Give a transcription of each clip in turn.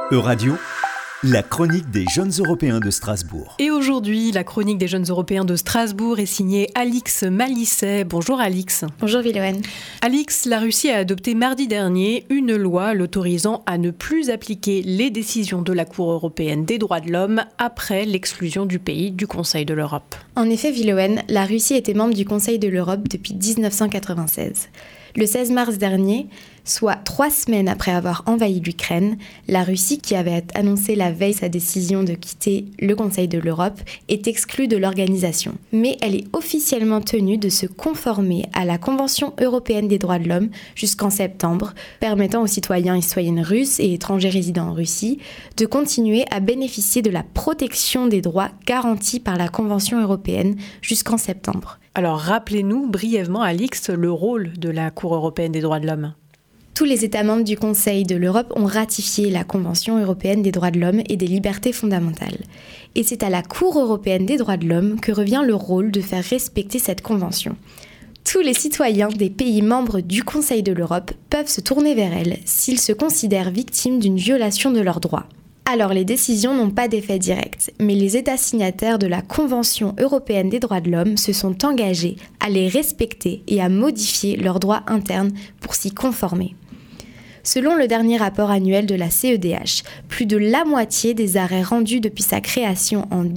Euradio, la chronique des jeunes Européens de Strasbourg. Et aujourd'hui, la chronique des jeunes Européens de Strasbourg est signée Alix Malisset. Bonjour Alix. Bonjour Viloane. Alix, la Russie a adopté mardi dernier une loi l'autorisant à ne plus appliquer les décisions de la Cour européenne des droits de l'homme après l'exclusion du pays du Conseil de l'Europe. En effet, Viloane, la Russie était membre du Conseil de l'Europe depuis 1996. Le 16 mars dernier, soit 3 semaines après avoir envahi l'Ukraine, la Russie, qui avait annoncé la veille sa décision de quitter le Conseil de l'Europe, est exclue de l'organisation. Mais elle est officiellement tenue de se conformer à la Convention européenne des droits de l'homme jusqu'en septembre, permettant aux citoyens et citoyennes russes et étrangers résidant en Russie de continuer à bénéficier de la protection des droits garantis par la Convention européenne jusqu'en septembre. Alors rappelez-nous brièvement, Alix, le rôle de la Cour européenne des droits de l'homme. Tous les États membres du Conseil de l'Europe ont ratifié la Convention européenne des droits de l'homme et des libertés fondamentales. Et c'est à la Cour européenne des droits de l'homme que revient le rôle de faire respecter cette convention. Tous les citoyens des pays membres du Conseil de l'Europe peuvent se tourner vers elle s'ils se considèrent victimes d'une violation de leurs droits. Alors les décisions n'ont pas d'effet direct, mais les États signataires de la Convention européenne des droits de l'homme se sont engagés à les respecter et à modifier leurs droits internes pour s'y conformer. Selon le dernier rapport annuel de la CEDH, plus de la moitié des arrêts rendus depuis sa création en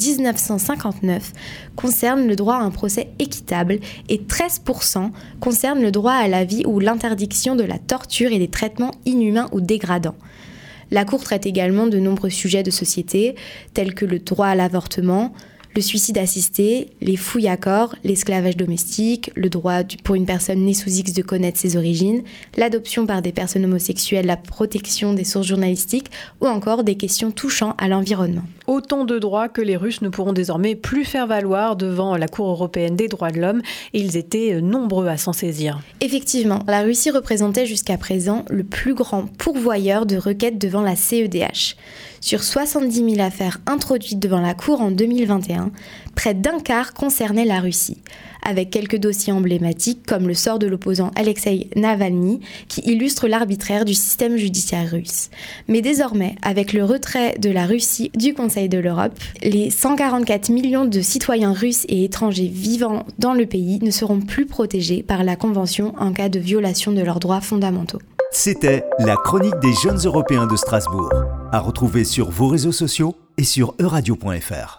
1959 concernent le droit à un procès équitable et 13% concernent le droit à la vie ou l'interdiction de la torture et des traitements inhumains ou dégradants. La Cour traite également de nombreux sujets de société, tels que le droit à l'avortement, le suicide assisté, les fouilles à corps, l'esclavage domestique, le droit pour une personne née sous X de connaître ses origines, l'adoption par des personnes homosexuelles, la protection des sources journalistiques ou encore des questions touchant à l'environnement. Autant de droits que les Russes ne pourront désormais plus faire valoir devant la Cour européenne des droits de l'homme et ils étaient nombreux à s'en saisir. Effectivement, la Russie représentait jusqu'à présent le plus grand pourvoyeur de requêtes devant la CEDH. Sur 70 000 affaires introduites devant la Cour en 2021, près d'un quart concernait la Russie, avec quelques dossiers emblématiques comme le sort de l'opposant Alexeï Navalny qui illustre l'arbitraire du système judiciaire russe. Mais désormais, avec le retrait de la Russie du Conseil de l'Europe, les 144 millions de citoyens russes et étrangers vivant dans le pays ne seront plus protégés par la Convention en cas de violation de leurs droits fondamentaux. C'était la chronique des jeunes Européens de Strasbourg, à retrouver sur vos réseaux sociaux et sur euradio.fr.